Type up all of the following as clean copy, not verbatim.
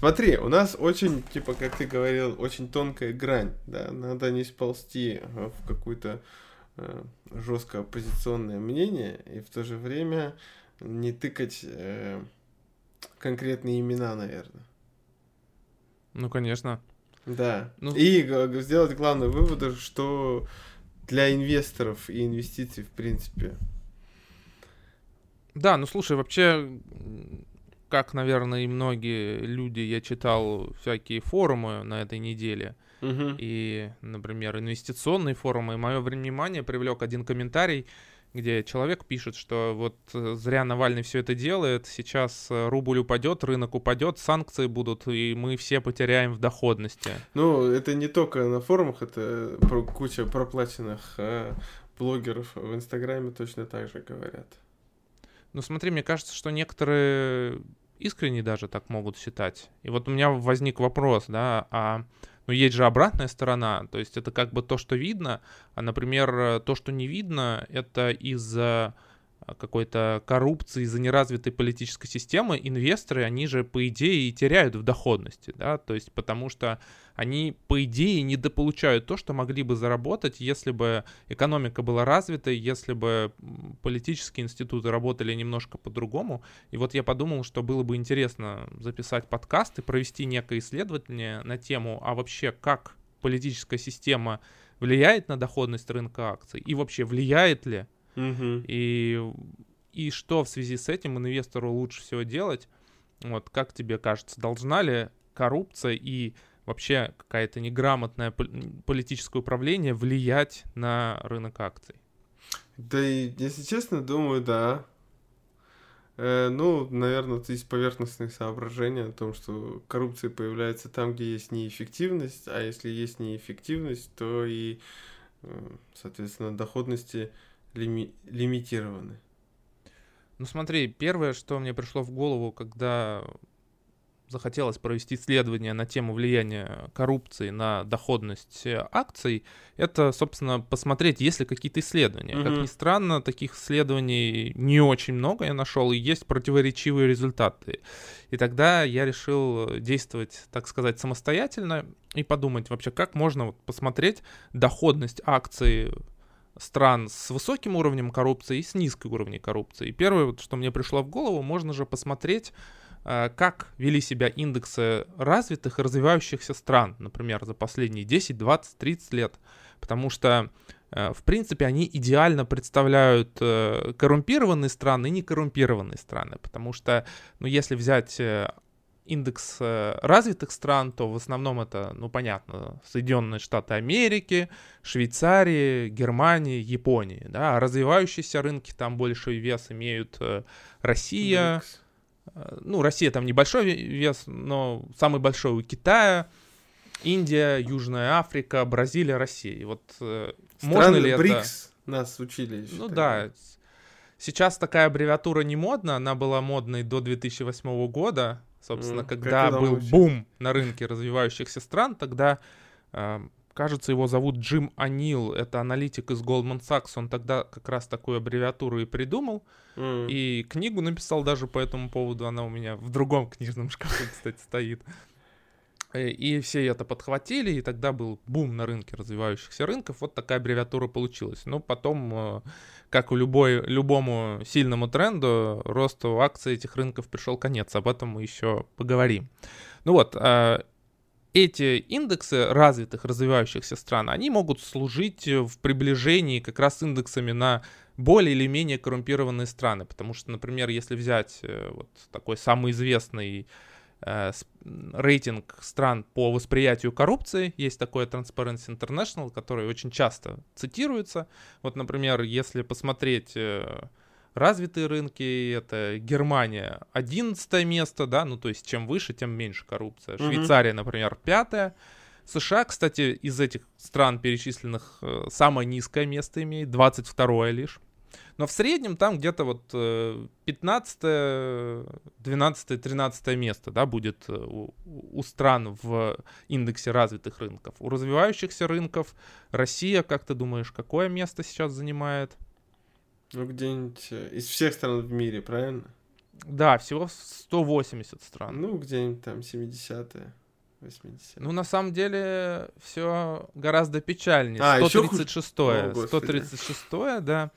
Смотри, у нас очень, типа, как ты говорил, очень тонкая грань, да, надо не сползти в какую-то жестко оппозиционное мнение и в то же время не тыкать конкретные имена, наверное. Ну, конечно. Да. Ну, И сделать главный вывод, что для инвесторов и инвестиций, в принципе. да, ну слушай, вообще, как, наверное, и многие люди, я читал всякие форумы на этой неделе, Угу. и, например, инвестиционные форумы, и мое внимание привлек один комментарий, где человек пишет, что вот зря Навальный все это делает, сейчас рубль упадет, рынок упадет, санкции будут, и мы все потеряем в доходности. Ну, это не только на форумах, это куча проплаченных блогеров в Инстаграме точно так же говорят. Ну смотри, мне кажется, что некоторые искренне даже так могут считать. И вот у меня возник вопрос, да, ну есть же обратная сторона, то есть это как бы то, что видно, а, например, то, что не видно, это из-за какой-то коррупции, из-за неразвитой политической системы инвесторы, они же, по идее, и теряют в доходности, да, то есть потому что они, по идее, недополучают то, что могли бы заработать, если бы экономика была развитой, если бы политические институты работали немножко по-другому. И вот я подумал, что было бы интересно записать подкаст и провести некое исследование на тему, а вообще как политическая система влияет на доходность рынка акций и вообще влияет ли, Угу. и что в связи с этим инвестору лучше всего делать. Вот как тебе кажется, должна ли коррупция и вообще какое-то неграмотное политическое управление влиять на рынок акций? Да и, если честно, думаю, да. Ну, наверное, есть поверхностные соображения о том, что коррупция появляется там, где есть неэффективность, а если есть неэффективность, то и, соответственно, доходности лимитированы. Ну смотри, первое, что мне пришло в голову, когда захотелось провести исследование на тему влияния коррупции на доходность акций, это, собственно, посмотреть, есть ли какие-то исследования. Как ни Угу. странно, таких исследований не очень много я нашел, и есть противоречивые результаты. И тогда я решил действовать, так сказать, самостоятельно и подумать вообще, как можно вот посмотреть доходность акций стран с высоким уровнем коррупции и с низким уровнем коррупции. И первое, вот, что мне пришло в голову, можно же посмотреть, как вели себя индексы развитых и развивающихся стран, например, за последние 10, 20, 30 лет. Потому что, в принципе, они идеально представляют коррумпированные страны и некоррумпированные страны. Потому что, ну, если взять индекс развитых стран, то в основном это, ну, понятно, Соединенные Штаты Америки, Швейцарии, Германии, Японии. Да? А развивающиеся рынки, там большой вес имеют Россия. БРИКС. Ну, Россия там небольшой вес, но самый большой у Китая, Индия, Южная Африка, Бразилия, Россия. И вот можно ли это... БРИКС нас учили еще Ну тогда. да, сейчас такая аббревиатура не модна, она была модной до 2008 года, собственно, когда Когда мы был учили. бум на рынке развивающихся стран, тогда, кажется, его зовут Джим О'Нил, это аналитик из Goldman Sachs, он тогда как раз такую аббревиатуру и придумал, и книгу написал даже по этому поводу, она у меня в другом книжном шкафу, кстати, стоит. И все это подхватили, и тогда был бум на рынке развивающихся рынков. Вот такая аббревиатура получилась. Но потом, как у любому сильному тренду, росту акций этих рынков пришел конец. Об этом мы еще поговорим. Ну вот, эти индексы развитых, развивающихся стран, они могут служить в приближении как раз индексами на более или менее коррумпированные страны. Потому что, например, если взять вот такой самый известный рейтинг стран по восприятию коррупции. Есть такой Transparency International, который очень часто цитируется. Вот, например, если посмотреть развитые рынки, это Германия 11 место, да, ну то есть чем выше, тем меньше коррупция. Швейцария, например, 5. США, кстати, из этих стран перечисленных самое низкое место имеет, 22 лишь. Но в среднем там где-то вот 15, 12, 13 место, да, будет у стран в индексе развитых рынков. У развивающихся рынков Россия, как ты думаешь, какое место сейчас занимает? Ну, где-нибудь из всех стран в мире, правильно? Да, всего 180 стран. Ну, где-нибудь там 70-е, 80-е. Ну, на самом деле, все гораздо печальнее. Еще 136-е. 136-е, да.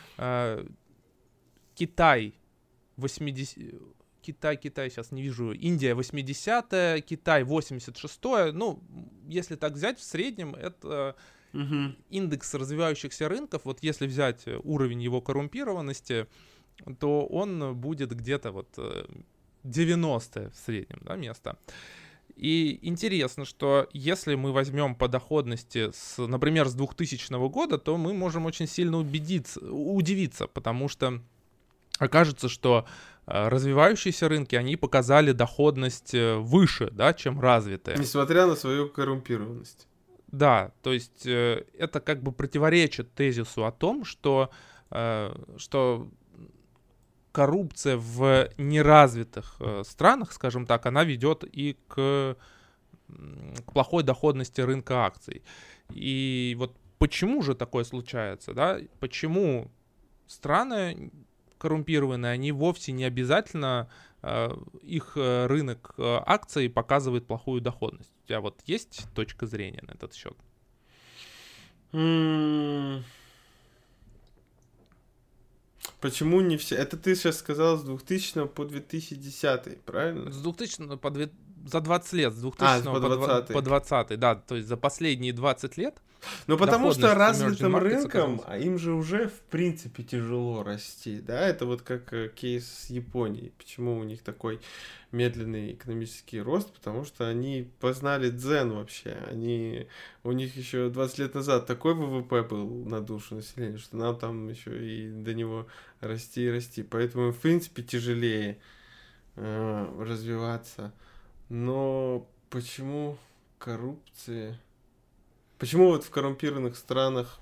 Китай 80... Китай, сейчас не вижу. Индия 80-е, Китай 86-е. Ну, если так взять, в среднем это индекс развивающихся рынков. Вот если взять уровень его коррумпированности, то он будет где-то вот 90-е в среднем, да, место. И интересно, что если мы возьмем по доходности, например, с 2000 года, то мы можем очень сильно удивиться, потому что окажется, что развивающиеся рынки, они показали доходность выше, да, чем развитые. Несмотря на свою коррумпированность. Да, то есть это как бы противоречит тезису о том, что коррупция в неразвитых странах, скажем так, она ведет и к плохой доходности рынка акций. И вот почему же такое случается, да? Почему страны коррумпированные, они вовсе не обязательно их рынок акций показывает плохую доходность? У тебя вот есть точка зрения на этот счет? Почему не все? Это ты сейчас сказал с 2000 по 2010, правильно? С 2000 за 20 лет, с 2000 по 20, да, то есть за последние 20 лет. Ну, потому что развитым рынкам, а им же уже, в принципе, тяжело расти, да, это вот как кейс с Японией. Почему у них такой медленный экономический рост? Потому что они познали дзен вообще. У них еще 20 лет назад такой ВВП был на душу населения, что нам там еще и до него расти и расти. Поэтому, в принципе, тяжелее развиваться. Но почему коррупция? Почему вот в коррумпированных странах...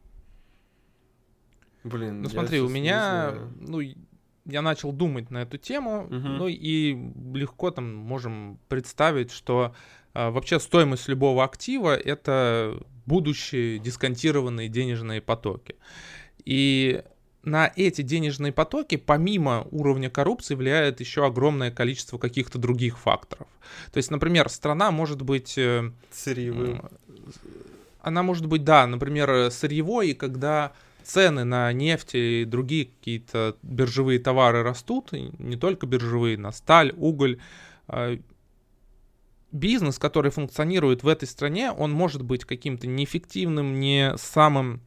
Блин, ну смотри, у меня... я начал думать на эту тему, ну и легко там можем представить, что вообще стоимость любого актива — это будущие дисконтированные денежные потоки. И на эти денежные потоки, помимо уровня коррупции, влияет еще огромное количество каких-то других факторов. То есть, например, страна может быть... сырьевым. Она может быть, да, например, сырьевой, и когда цены на нефть и другие какие-то биржевые товары растут, и не только биржевые, на сталь, уголь, бизнес, который функционирует в этой стране, он может быть каким-то неэффективным, не самым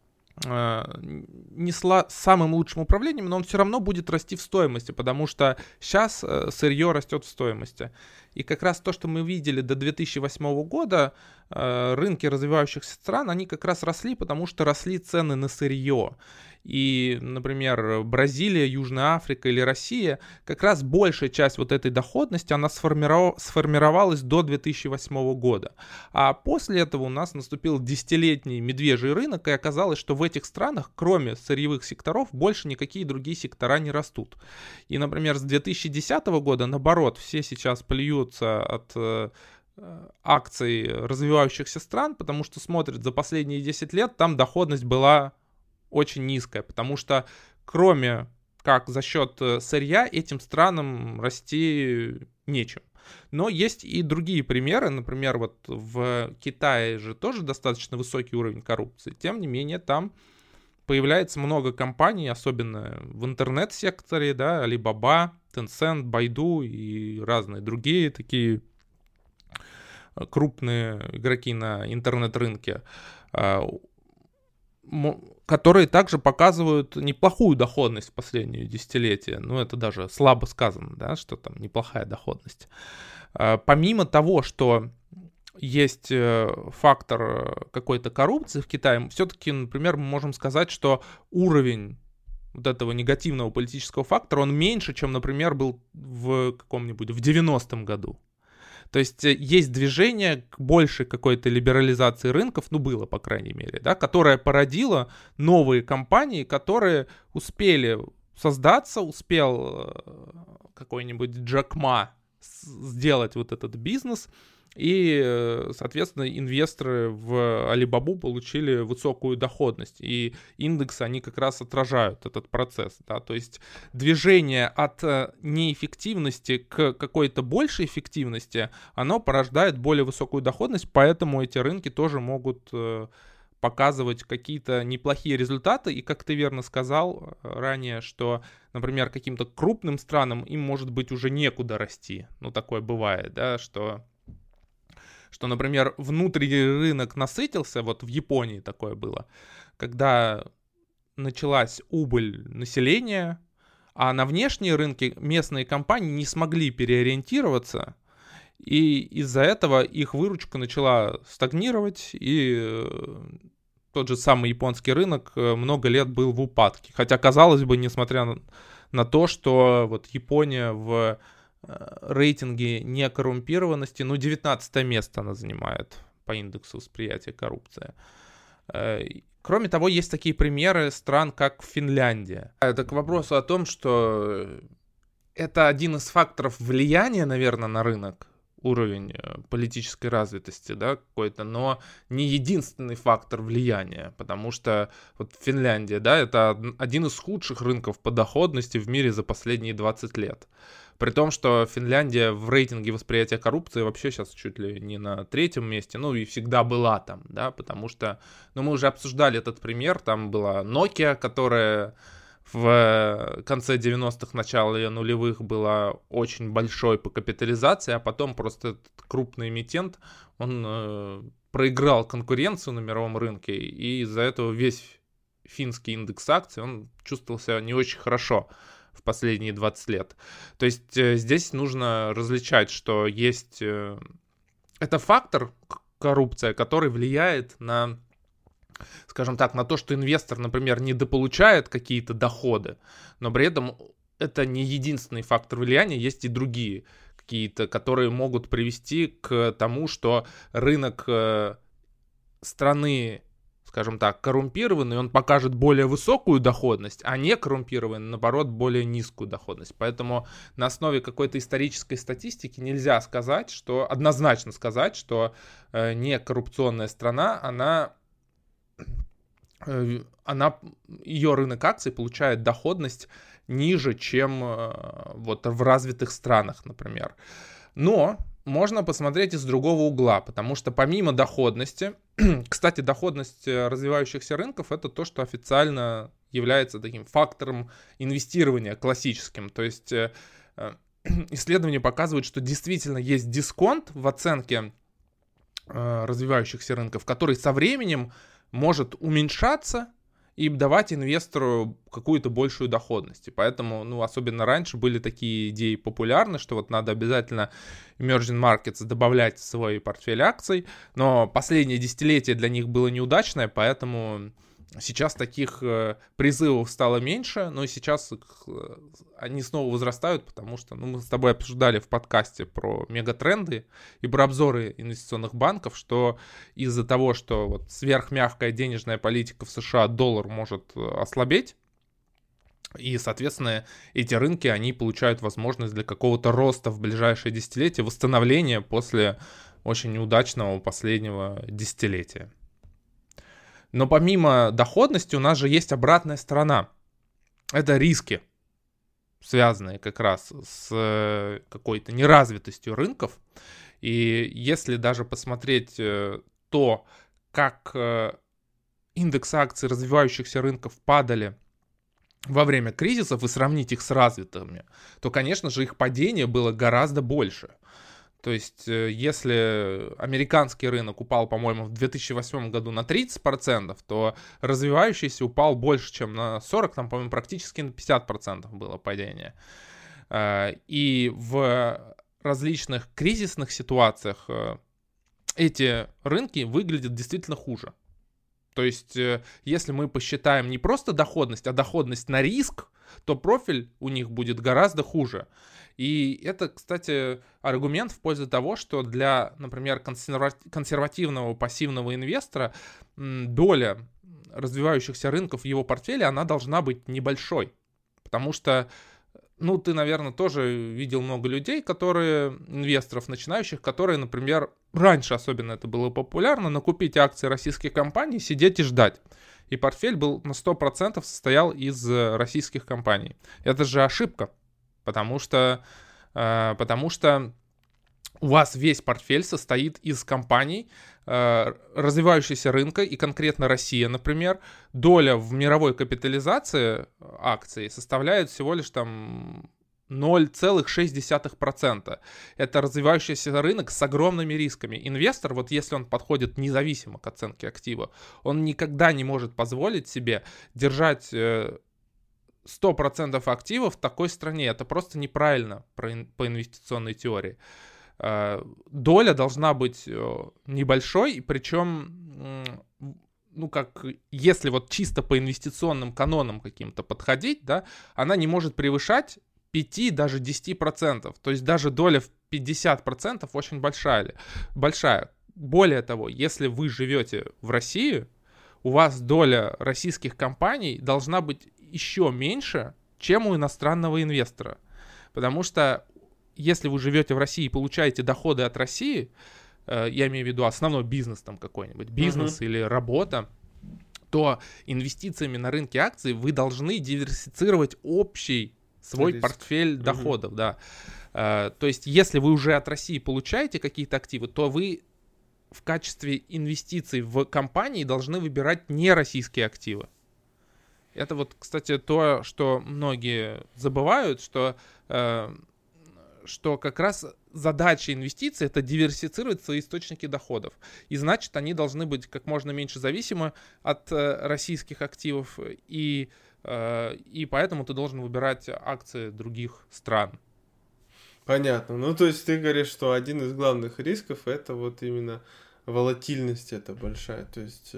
самым лучшим управлением, но он все равно будет расти в стоимости, потому что сейчас сырье растет в стоимости. И как раз то, что мы видели до 2008 года, рынки развивающихся стран, они как раз росли, потому что росли цены на сырье. И, например, Бразилия, Южная Африка или Россия, как раз большая часть вот этой доходности, она сформировалась до 2008 года. А после этого у нас наступил десятилетний медвежий рынок, и оказалось, что в этих странах, кроме сырьевых секторов, больше никакие другие сектора не растут. И, например, с 2010 года, наоборот, все сейчас плюются от акций развивающихся стран, потому что смотрят за последние 10 лет, там доходность была очень низкая, потому что кроме как за счет сырья этим странам расти нечем. Но есть и другие примеры, например, вот в Китае же тоже достаточно высокий уровень коррупции, тем не менее там появляется много компаний, особенно в интернет-секторе, да, Alibaba, Tencent, Baidu и разные другие такие крупные игроки на интернет-рынке, которые также показывают неплохую доходность в последние десятилетия. Ну, это даже слабо сказано, да, что там неплохая доходность. Помимо того, что есть фактор какой-то коррупции в Китае, все-таки, например, мы можем сказать, что уровень вот этого негативного политического фактора, он меньше, чем, например, был в каком-нибудь в 90-м году. То есть есть движение к большей какой-то либерализации рынков, ну было, по крайней мере, да, которое породило новые компании, которые успели создаться, успел какой-нибудь Джек Ма сделать вот этот бизнес, И, соответственно, инвесторы в Alibaba получили высокую доходность. И индексы, они как раз отражают этот процесс. Да? То есть движение от неэффективности к какой-то большей эффективности, оно порождает более высокую доходность, поэтому эти рынки тоже могут показывать какие-то неплохие результаты. И, как ты верно сказал ранее, что, например, каким-то крупным странам им, может быть, уже некуда расти. Ну, такое бывает, да, что, например, внутренний рынок насытился, вот в Японии такое было, когда началась убыль населения, а на внешние рынки местные компании не смогли переориентироваться, и из-за этого их выручка начала стагнировать, и тот же самый японский рынок много лет был в упадке. Хотя, казалось бы, несмотря на то, что вот Япония в рейтинге некоррумпированности, 19 место она занимает по индексу восприятия коррупции. Кроме того, есть такие примеры стран, как Финляндия. Это к вопросу о том, что это один из факторов влияния, наверное, на рынок, уровень политической развитости, да, какой-то, но не единственный фактор влияния, потому что вот Финляндия, да, это один из худших рынков по доходности в мире за последние 20 лет. При том, что Финляндия в рейтинге восприятия коррупции вообще сейчас чуть ли не на 3-м месте, ну и всегда была там, да, потому что, ну мы уже обсуждали этот пример, там была Nokia, которая в конце 90-х, начале нулевых была очень большой по капитализации, а потом просто этот крупный эмитент, он проиграл конкуренцию на мировом рынке, и из-за этого весь финский индекс акций, он чувствовал себя не очень хорошо в последние 20 лет. То есть здесь нужно различать, что есть... Это фактор, коррупция, который влияет на, скажем так, на то, что инвестор, например, недополучает какие-то доходы, но при этом это не единственный фактор влияния, есть и другие какие-то, которые могут привести к тому, что рынок страны, скажем так, коррумпированный, он покажет более высокую доходность, а не коррумпированный, наоборот, более низкую доходность. Поэтому на основе какой-то исторической статистики нельзя сказать, что, однозначно сказать, что некоррупционная страна, ее рынок акций получает доходность ниже, чем вот в развитых странах, например. Но можно посмотреть из другого угла, потому что помимо доходности, кстати, доходность развивающихся рынков — это то, что официально является таким фактором инвестирования классическим. То есть исследования показывают, что действительно есть дисконт в оценке развивающихся рынков, который со временем может уменьшаться и давать инвестору какую-то большую доходность. И поэтому, ну, особенно раньше были такие идеи популярны, что вот надо обязательно emerging markets добавлять в свой портфель акций, но последнее десятилетие для них было неудачное, поэтому сейчас таких призывов стало меньше, но сейчас они снова возрастают, потому что, ну, мы с тобой обсуждали в подкасте про мегатренды и про обзоры инвестиционных банков, что из-за того, что вот сверхмягкая денежная политика в США, доллар может ослабеть, и, соответственно, эти рынки, они получают возможность для какого-то роста в ближайшее десятилетие, восстановления после очень неудачного последнего десятилетия. Но помимо доходности у нас же есть обратная сторона. Это риски, связанные как раз с какой-то неразвитостью рынков. И если даже посмотреть то, как индексы акций развивающихся рынков падали во время кризисов и сравнить их с развитыми, то, конечно же, их падение было гораздо больше. То есть, если американский рынок упал, по-моему, в 2008 году на 30%, то развивающийся упал больше, чем на 40%, там, по-моему, практически на 50% было падение. И в различных кризисных ситуациях эти рынки выглядят действительно хуже. То есть, если мы посчитаем не просто доходность, а доходность на риск, то профиль у них будет гораздо хуже. И это, кстати, аргумент в пользу того, что для, например, консервативного пассивного инвестора доля развивающихся рынков в его портфеле, она должна быть небольшой. Потому что ну, ты, наверное, тоже видел много людей, которые, инвесторов начинающих, которые, например, раньше особенно это было популярно, накупить акции российских компаний, сидеть и ждать. И портфель был на 100% состоял из российских компаний. Это же ошибка, потому что у вас весь портфель состоит из компаний развивающегося рынка, и конкретно Россия, например, доля в мировой капитализации акций составляет всего лишь там 0,6%. Это развивающийся рынок с огромными рисками. Инвестор, вот если он подходит независимо к оценке актива, он никогда не может позволить себе держать 100% активов в такой стране. Это просто неправильно по инвестиционной теории. Доля должна быть небольшой, причем, ну, как, если вот чисто по инвестиционным канонам каким-то подходить, да, она не может превышать 5, даже 10%. То есть даже доля в 50% очень большая. Более того, если вы живете в России, у вас доля российских компаний должна быть еще меньше, чем у иностранного инвестора. Потому что если вы живете в России и получаете доходы от России, я имею в виду основной бизнес там какой-нибудь, бизнес или работа, то инвестициями на рынке акций вы должны диверсифицировать общий свой портфель доходов, да. То есть, если вы уже от России получаете какие-то активы, то вы в качестве инвестиций в компании должны выбирать не российские активы. Это вот, кстати, то, что многие забывают, что как раз задача инвестиций — это диверсифицировать свои источники доходов. И значит, они должны быть как можно меньше зависимы от российских активов, и поэтому ты должен выбирать акции других стран. Понятно. Ну, то есть ты говоришь, что один из главных рисков — это вот именно волатильность эта большая. То есть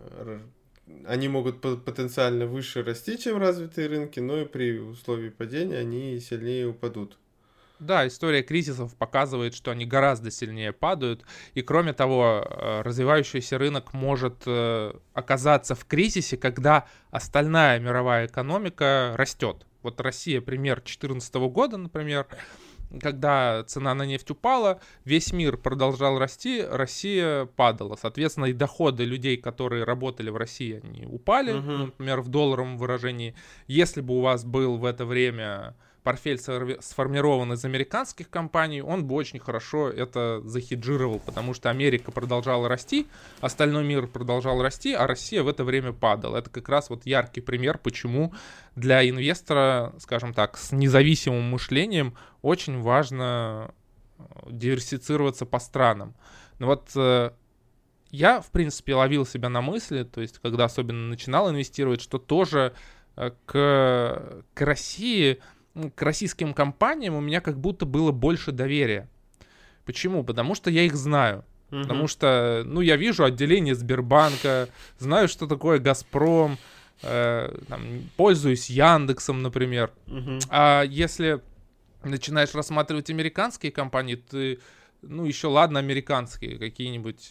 они могут потенциально выше расти, чем развитые рынки, но и при условии падения они сильнее упадут. Да, история кризисов показывает, что они гораздо сильнее падают. И кроме того, развивающийся рынок может оказаться в кризисе, когда остальная мировая экономика растет. Вот Россия, пример 2014 года, например, когда цена на нефть упала, весь мир продолжал расти, Россия падала. Соответственно, и доходы людей, которые работали в России, они упали, например, в долларовом выражении. Если бы у вас был в это время портфель сформирован из американских компаний, он бы очень хорошо это захеджировал, потому что Америка продолжала расти, остальной мир продолжал расти, а Россия в это время падала. Это как раз вот яркий пример, почему для инвестора, скажем так, с независимым мышлением очень важно диверсифицироваться по странам. Но вот я, в принципе, ловил себя на мысли, то есть когда особенно начинал инвестировать, что тоже к России, к российским компаниям у меня как будто было больше доверия. Почему? Потому что я их знаю. Потому что, ну, я вижу отделение Сбербанка, знаю, что такое Газпром, там, пользуюсь Яндексом, например. А если начинаешь рассматривать американские компании, ты, ну, еще ладно, американские, какие-нибудь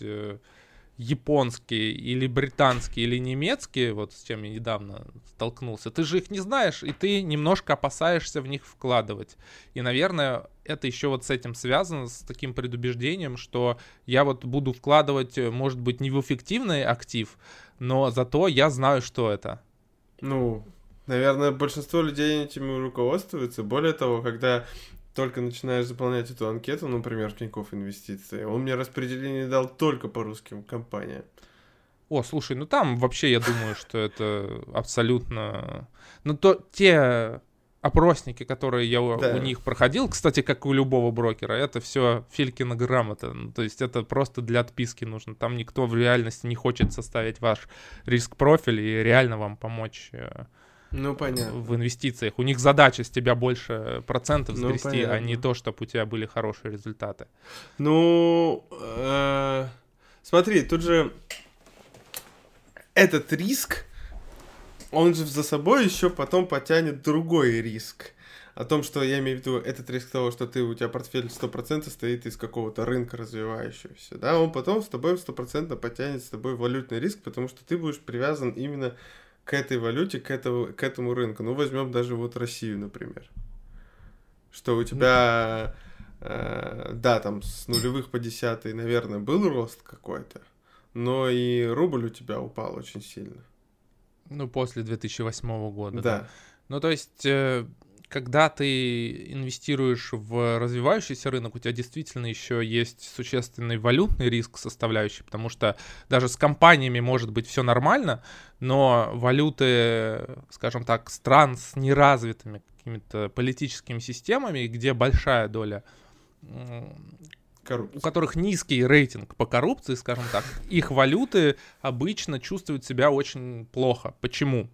японские или британские или немецкие, вот с чем я недавно столкнулся, ты же их не знаешь, и ты немножко опасаешься в них вкладывать. И, наверное, это еще вот с этим связано, с таким предубеждением, что я вот буду вкладывать, может быть, не в эффективный актив, но зато я знаю, что это. Ну, наверное, большинство людей этим руководствуется. Более того, когда только начинаешь заполнять эту анкету, например, в Тинькофф Инвестиции, он мне распределение дал только по русским компаниям. О, слушай, ну там вообще я думаю, что это абсолютно... Ну, те опросники, которые я у них проходил, кстати, как у любого брокера, это все Филькина грамота. Ну, то есть это просто для отписки нужно. Там никто в реальности не хочет составить ваш риск-профиль и реально вам помочь... Ну, понятно. В инвестициях. У них задача с тебя больше процентов сгрести, а не то, чтобы у тебя были хорошие результаты. Ну, смотри, тут же этот риск, он же за собой еще потом потянет другой риск. О том, что я имею в виду, этот риск того, что у тебя портфель 100% стоит из какого-то рынка развивающегося, да, он потом с тобой 100% потянет с тобой валютный риск, потому что ты будешь привязан именно к этой валюте, к этому рынку. Ну, возьмем даже вот Россию, например. Что у тебя, да, там с нулевых по 10, наверное, был рост какой-то, но и рубль у тебя упал очень сильно. Ну, после 2008 года, Да. да. Ну, то есть, когда ты инвестируешь в развивающийся рынок, у тебя действительно еще есть существенный валютный риск составляющий, потому что даже с компаниями может быть все нормально, но валюты, скажем так, стран с неразвитыми какими-то политическими системами, где большая доля, у которых низкий рейтинг по коррупции, скажем так, их валюты обычно чувствуют себя очень плохо. Почему?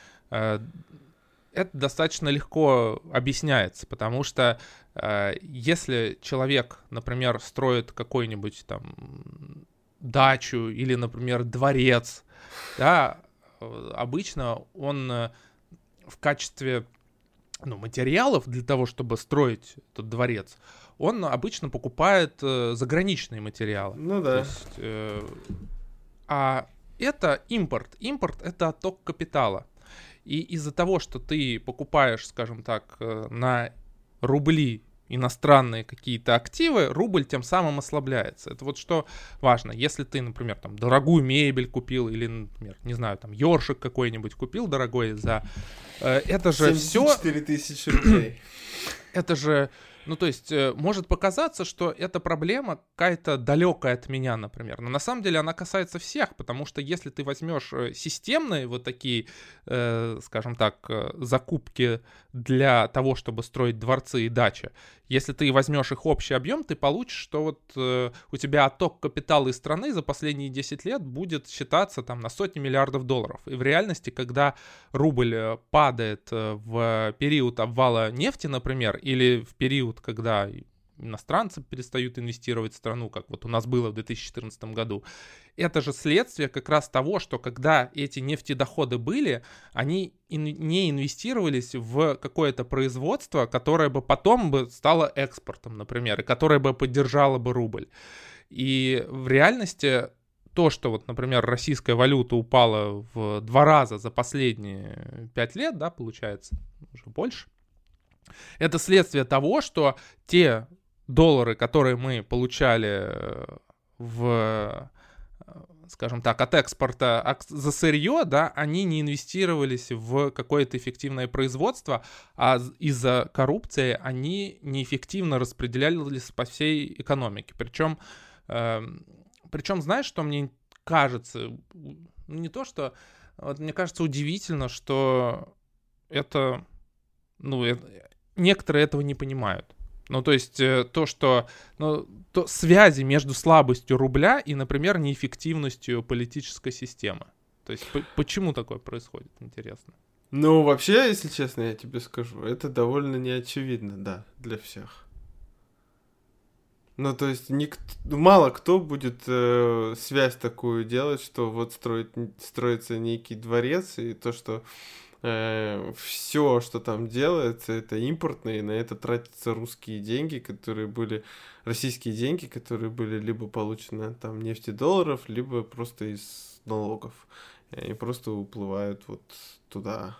Это достаточно легко объясняется, потому что если человек, например, строит какой-нибудь там дачу или, например, дворец, да, обычно он в качестве материалов для того, чтобы строить этот дворец, он обычно покупает заграничные материалы. Ну да. То есть, а это импорт. Импорт — это отток капитала. И из-за того, что ты покупаешь, скажем так, на рубли иностранные какие-то активы, рубль тем самым ослабляется. Это вот что важно. Если ты, например, там дорогую мебель купил или, например, не знаю, там ёршик какой-нибудь купил дорогой за... это же все... 74 тысячи рублей. Это же... Ну, то есть, может показаться, что эта проблема какая-то далекая от меня, например. Но на самом деле она касается всех, потому что если ты возьмешь системные вот такие, скажем так, закупки для того, чтобы строить дворцы и дачи, если ты возьмешь их общий объем, ты получишь, что вот у тебя отток капитала из страны за последние 10 лет будет считаться там на сотни миллиардов долларов. И в реальности, когда рубль падает в период обвала нефти, например, или в период, когда иностранцы перестают инвестировать в страну, как вот у нас было в 2014 году, это же следствие как раз того, что когда эти нефтедоходы были, они не инвестировались в какое-то производство, которое бы потом бы стало экспортом, например, и которое бы поддержало бы рубль. И в реальности то, что вот, например, российская валюта упала в 2 раза за последние 5 лет, да, получается, уже больше, это следствие того, что те доллары, которые мы получали скажем так, от экспорта за сырье, да, они не инвестировались в какое-то эффективное производство, а из-за коррупции они неэффективно распределялись по всей экономике. Причем, знаешь, что мне кажется? Не то, что... Вот мне кажется удивительно, что это... некоторые этого не понимают. Ну, то есть то, что... то связи между слабостью рубля и, например, неэффективностью политической системы. То есть почему такое происходит, интересно? Ну, вообще, если честно, я тебе скажу, это довольно неочевидно, да, для всех. Ну, то есть мало кто будет связь такую делать, что вот строится некий дворец, и то, что все, что там делается, это импортное, и на это тратятся русские деньги, российские деньги, которые были либо получены там нефтедолларов, либо просто из налогов. И они просто уплывают вот туда,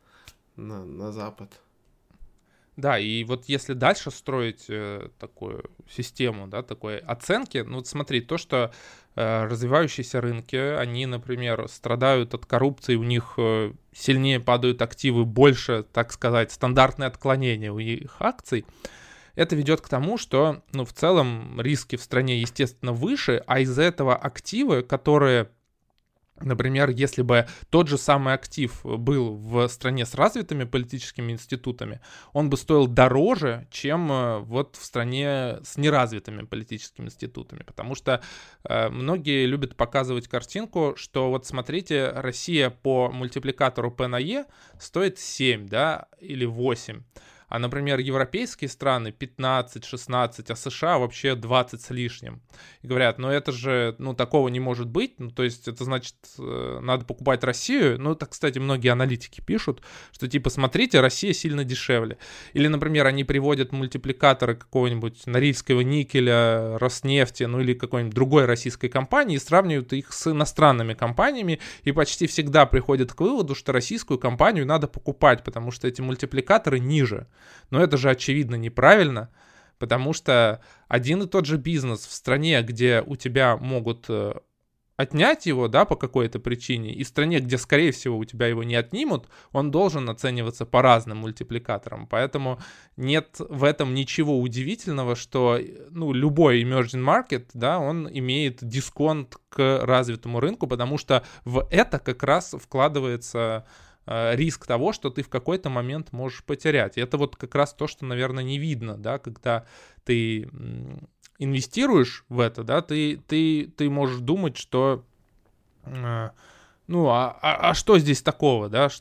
на запад. Да, и вот если дальше строить такую систему, да, такой оценки, ну вот смотри, то, что развивающиеся рынки, они, например, страдают от коррупции, у них сильнее падают активы, больше, так сказать, стандартные отклонения у их акций, это ведет к тому, что, в целом риски в стране, естественно, выше, а из-за этого активы, которые... Например, если бы тот же самый актив был в стране с развитыми политическими институтами, он бы стоил дороже, чем вот в стране с неразвитыми политическими институтами. Потому что многие любят показывать картинку, что вот смотрите, Россия по мультипликатору P на E стоит 7, да, или 8. А, например, европейские страны 15, 16, а США вообще 20 с лишним. И говорят, это же, такого не может быть. То есть это значит, надо покупать Россию. Это, кстати, многие аналитики пишут, что типа, смотрите, Россия сильно дешевле. Или, например, они приводят мультипликаторы какого-нибудь Норильского никеля, Роснефти, или какой-нибудь другой российской компании и сравнивают их с иностранными компаниями и почти всегда приходят к выводу, что российскую компанию надо покупать, потому что эти мультипликаторы ниже. Но это же очевидно неправильно, потому что один и тот же бизнес в стране, где у тебя могут отнять его, да, по какой-то причине, и в стране, где, скорее всего, у тебя его не отнимут, он должен оцениваться по разным мультипликаторам. Поэтому нет в этом ничего удивительного, что, ну, любой emerging market, да, он имеет дисконт к развитому рынку, потому что в это как раз вкладывается риск того, что ты в какой-то момент можешь потерять. И это вот как раз то, что, наверное, не видно, да, когда ты инвестируешь в это, да, ты можешь думать, что ну, а что здесь такого, да,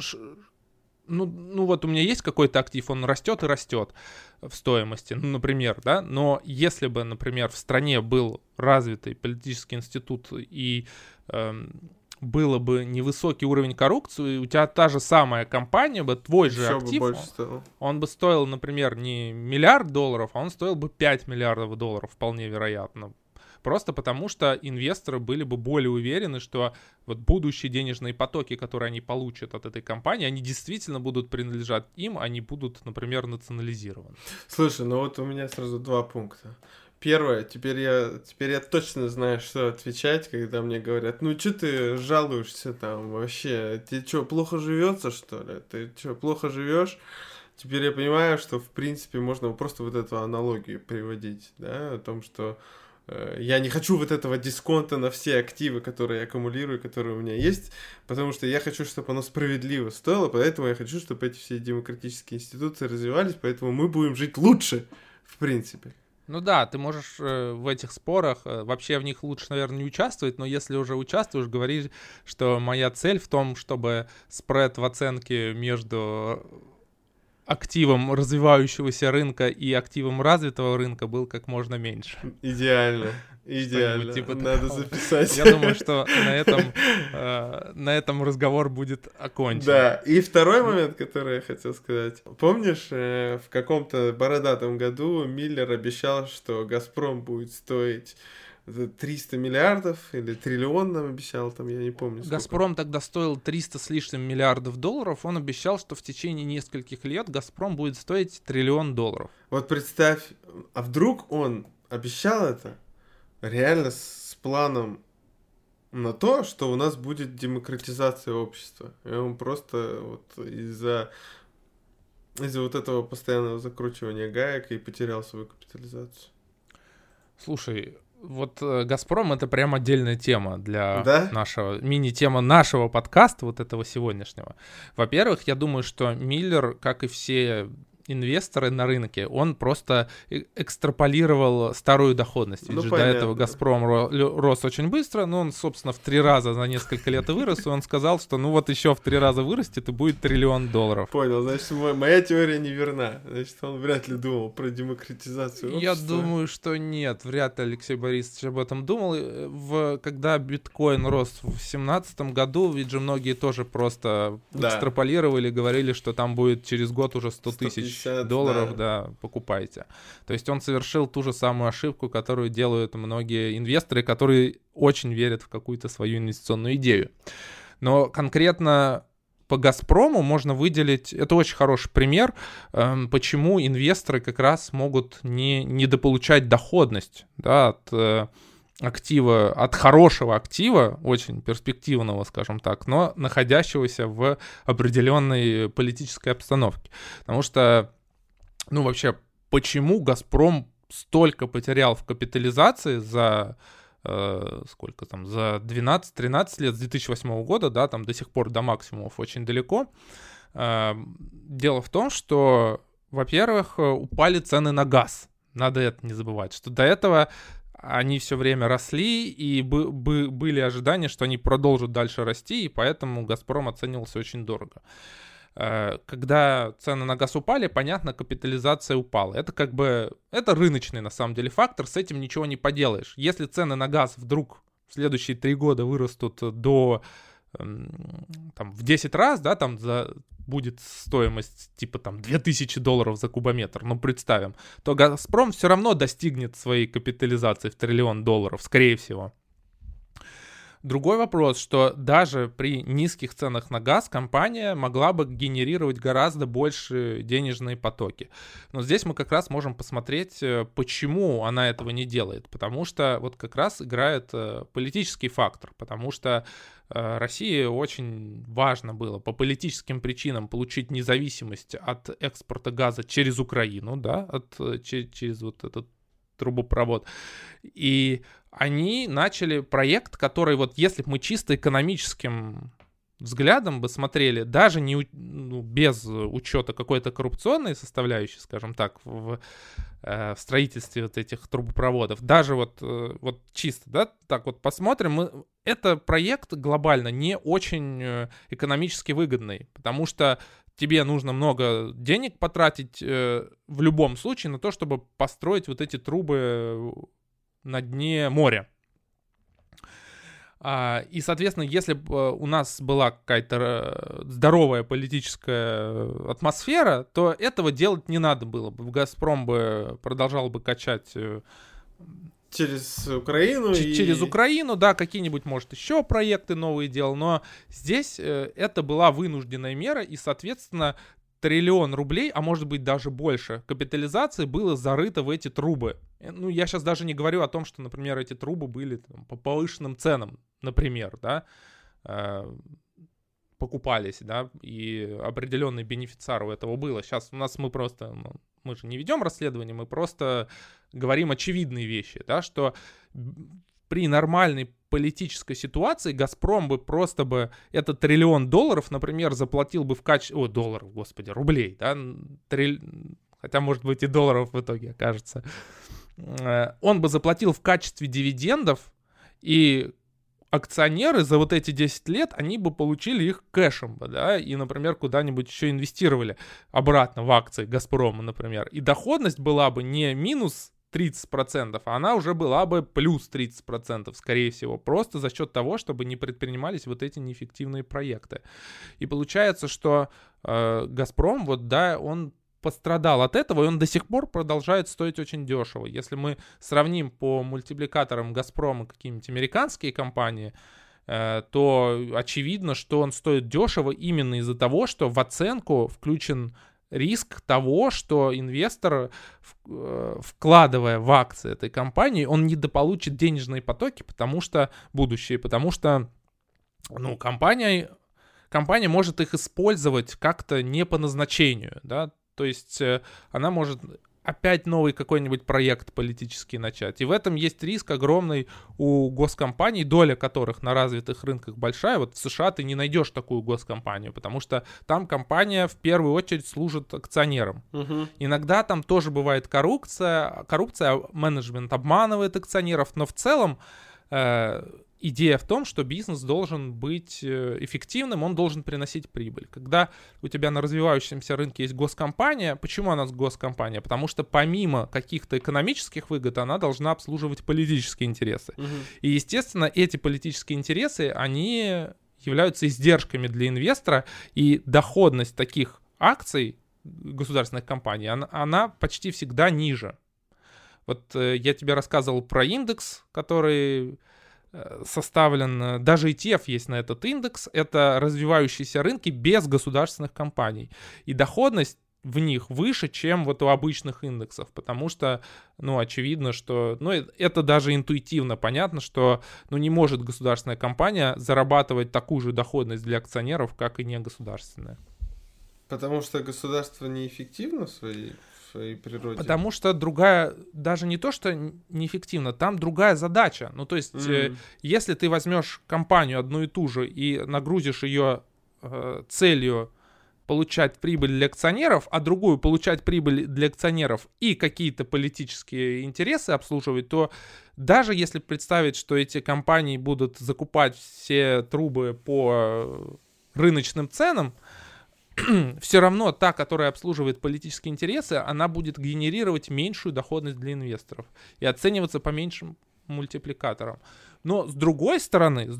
ну вот у меня есть какой-то актив, он растет и растет в стоимости, ну, например, да, но если бы, например, в стране был развитый политический институт и было бы невысокий уровень коррупции, у тебя та же самая компания бы, твой же актив, он бы стоил, например, не $1 миллиард, а он стоил бы $5 миллиардов, вполне вероятно. Просто потому, что инвесторы были бы более уверены, что вот будущие денежные потоки, которые они получат от этой компании, они действительно будут принадлежать им, они будут, например, национализированы. Слушай, ну вот у меня сразу 2 пункта. Первое, теперь я точно знаю, что отвечать, когда мне говорят, ну что ты жалуешься там вообще, тебе что, плохо живется, что ли? Ты что, плохо живешь? Теперь я понимаю, что в принципе можно просто вот эту аналогию приводить, да, о том, что я не хочу вот этого дисконта на все активы, которые я аккумулирую, которые у меня есть, потому что я хочу, чтобы оно справедливо стоило, поэтому я хочу, чтобы эти все демократические институции развивались, поэтому мы будем жить лучше, в принципе. Ну да, ты можешь в этих спорах, вообще в них лучше, наверное, не участвовать, но если уже участвуешь, говори, что моя цель в том, чтобы спред в оценке между активом развивающегося рынка и активом развитого рынка был как можно меньше. Идеально. Идеально. Типа надо записать. Я думаю, что на этом разговор будет окончен. Да, и второй момент, который я хотел сказать. Помнишь, в каком-то бородатом году Миллер обещал, что «Газпром» будет стоить 300 миллиардов или триллион нам обещал, там, я не помню. Сколько. «Газпром» тогда стоил 300 с лишним миллиардов долларов. Он обещал, что в течение нескольких лет «Газпром» будет стоить $1 триллион. Вот представь, а вдруг он обещал это реально с планом на то, что у нас будет демократизация общества. И он просто вот из-за вот этого постоянного закручивания гаек и потерял свою капитализацию. Слушай, вот «Газпром» — это прям отдельная тема для нашего, мини-тема нашего подкаста, вот этого сегодняшнего. Во-первых, я думаю, что Миллер, как и все инвесторы на рынке, он просто экстраполировал старую доходность. Ведь же до этого «Газпром» рос очень быстро, но он, собственно, в 3 раза за несколько лет и вырос, и он сказал, что ну вот еще в 3 раза вырастет и будет $1 триллион. Понял, значит, моя теория неверна. Значит, он вряд ли думал про демократизацию общества. Я думаю, что нет, вряд ли Алексей Борисович об этом думал. Когда биткоин рос в 2017 году, ведь же многие тоже просто экстраполировали, говорили, что там будет через год уже 100 тысяч долларов, да, покупайте. То есть он совершил ту же самую ошибку, которую делают многие инвесторы, которые очень верят в какую-то свою инвестиционную идею. Но конкретно по «Газпрому» можно выделить, это очень хороший пример, почему инвесторы как раз могут недополучать доходность, да, от актива, от хорошего актива, очень перспективного, скажем так, но находящегося в определенной политической обстановке. Потому что, ну вообще, почему «Газпром» столько потерял в капитализации за сколько там, за 12-13 лет, с 2008 года, да, там до сих пор до максимумов очень далеко. Дело в том, что, во-первых, упали цены на газ. Надо это не забывать, что до этого они все время росли, и были ожидания, что они продолжат дальше расти, и поэтому «Газпром» оценивался очень дорого. Когда цены на газ упали, понятно, капитализация упала. Это как бы, это рыночный на самом деле фактор, с этим ничего не поделаешь. Если цены на газ вдруг в следующие 3 года вырастут до, там, в 10 раз, да, там будет стоимость типа там $2000 за кубометр, ну представим, то «Газпром» все равно достигнет своей капитализации в $1 триллион, скорее всего. Другой вопрос, что даже при низких ценах на газ компания могла бы генерировать гораздо больше денежные потоки. Но здесь мы как раз можем посмотреть, почему она этого не делает. Потому что вот как раз играет политический фактор. Потому что России очень важно было по политическим причинам получить независимость от экспорта газа через Украину, да, через вот этот трубопровод. И они начали проект, который вот если бы мы чисто экономическим взглядом бы смотрели, даже не, без учета какой-то коррупционной составляющей, скажем так, в строительстве вот этих трубопроводов, даже вот чисто, да, так вот посмотрим, это проект глобально не очень экономически выгодный, потому что тебе нужно много денег потратить в любом случае на то, чтобы построить вот эти трубы на дне моря. И, соответственно, если бы у нас была какая-то здоровая политическая атмосфера, то этого делать не надо было бы. «Газпром» бы продолжал бы качать... Через Украину? Через Украину, да, какие-нибудь, может, еще проекты новые делал, но здесь это была вынужденная мера, и, соответственно, 1 триллион рублей, а может быть даже больше, капитализации было зарыто в эти трубы. Ну, я сейчас даже не говорю о том, что, например, эти трубы были там, по повышенным ценам, например, да, покупались, да, и определенный бенефициар у этого было. Сейчас у нас мы просто... Мы же не ведем расследование, мы просто говорим очевидные вещи, да, что при нормальной политической ситуации «Газпром» бы просто бы этот 1 триллион долларов, например, заплатил бы в качестве... долларов, господи, рублей, да, хотя, может быть, и долларов в итоге окажется. Он бы заплатил в качестве дивидендов, и акционеры за вот эти 10 лет, они бы получили их кэшем, да, и, например, куда-нибудь еще инвестировали обратно в акции «Газпрома», например. И доходность была бы не минус 30%, а она уже была бы плюс 30%, скорее всего, просто за счет того, чтобы не предпринимались вот эти неэффективные проекты. И получается, что «Газпром», вот, да, он пострадал от этого, и он до сих пор продолжает стоить очень дешево. Если мы сравним по мультипликаторам «Газпрома» какие-нибудь американские компании, то очевидно, что он стоит дешево именно из-за того, что в оценку включен риск того, что инвестор, вкладывая в акции этой компании, он недополучит денежные потоки, потому что компания может их использовать как-то не по назначению, да, то есть она может опять новый какой-нибудь проект политический начать. И в этом есть риск огромный у госкомпаний, доля которых на развитых рынках большая. Вот в США ты не найдешь такую госкомпанию, потому что там компания в первую очередь служит акционерам. Угу. Иногда там тоже бывает коррупция, менеджмент обманывает акционеров, но в целом идея в том, что бизнес должен быть эффективным, он должен приносить прибыль. Когда у тебя на развивающемся рынке есть госкомпания, почему она госкомпания? Потому что помимо каких-то экономических выгод, она должна обслуживать политические интересы. Угу. И, естественно, эти политические интересы, они являются издержками для инвестора, и доходность таких акций государственных компаний, она почти всегда ниже. Вот я тебе рассказывал про индекс, который составлен, даже ETF есть на этот индекс, это развивающиеся рынки без государственных компаний. И доходность в них выше, чем вот у обычных индексов, потому что, очевидно, что, это даже интуитивно понятно, что, не может государственная компания зарабатывать такую же доходность для акционеров, как и негосударственная. Потому что государство неэффективно в своей природе? Потому что другая, даже не то, что неэффективно, там другая задача. То есть, если ты возьмешь компанию одну и ту же и нагрузишь ее целью получать прибыль для акционеров, а другую получать прибыль для акционеров и какие-то политические интересы обслуживать, то даже если представить, что эти компании будут закупать все трубы по рыночным ценам, все равно та, которая обслуживает политические интересы, она будет генерировать меньшую доходность для инвесторов и оцениваться по меньшим мультипликаторам. Но с другой стороны,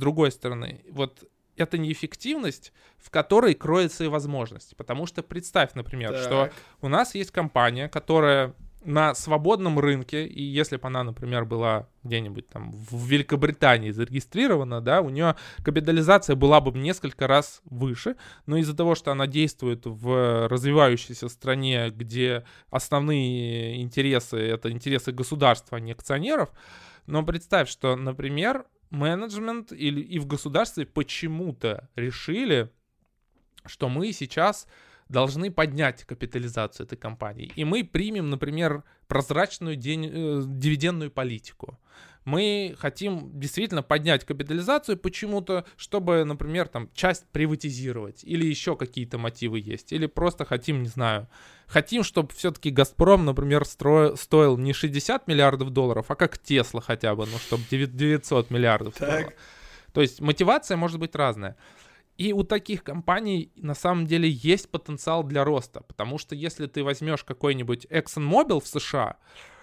вот это неэффективность, в которой кроется и возможность. Потому что представь, например, что у нас есть компания, которая на свободном рынке, и если бы она, например, была где-нибудь там в Великобритании зарегистрирована, да, у нее капитализация была бы в несколько раз выше, но из-за того, что она действует в развивающейся стране, где основные интересы — это интересы государства, а не акционеров, но представь, что, например, менеджмент и в государстве почему-то решили, что мы сейчас должны поднять капитализацию этой компании. И мы примем, например, прозрачную дивидендную политику. Мы хотим действительно поднять капитализацию почему-то, чтобы, например, там часть приватизировать. Или еще какие-то мотивы есть. Или просто хотим, не знаю, хотим, чтобы все-таки «Газпром», например, стоил не 60 миллиардов долларов, а как Тесла хотя бы, ну, чтобы 900 миллиардов стоило. То есть мотивация может быть разная. И у таких компаний на самом деле есть потенциал для роста, потому что если ты возьмешь какой-нибудь ExxonMobil в США,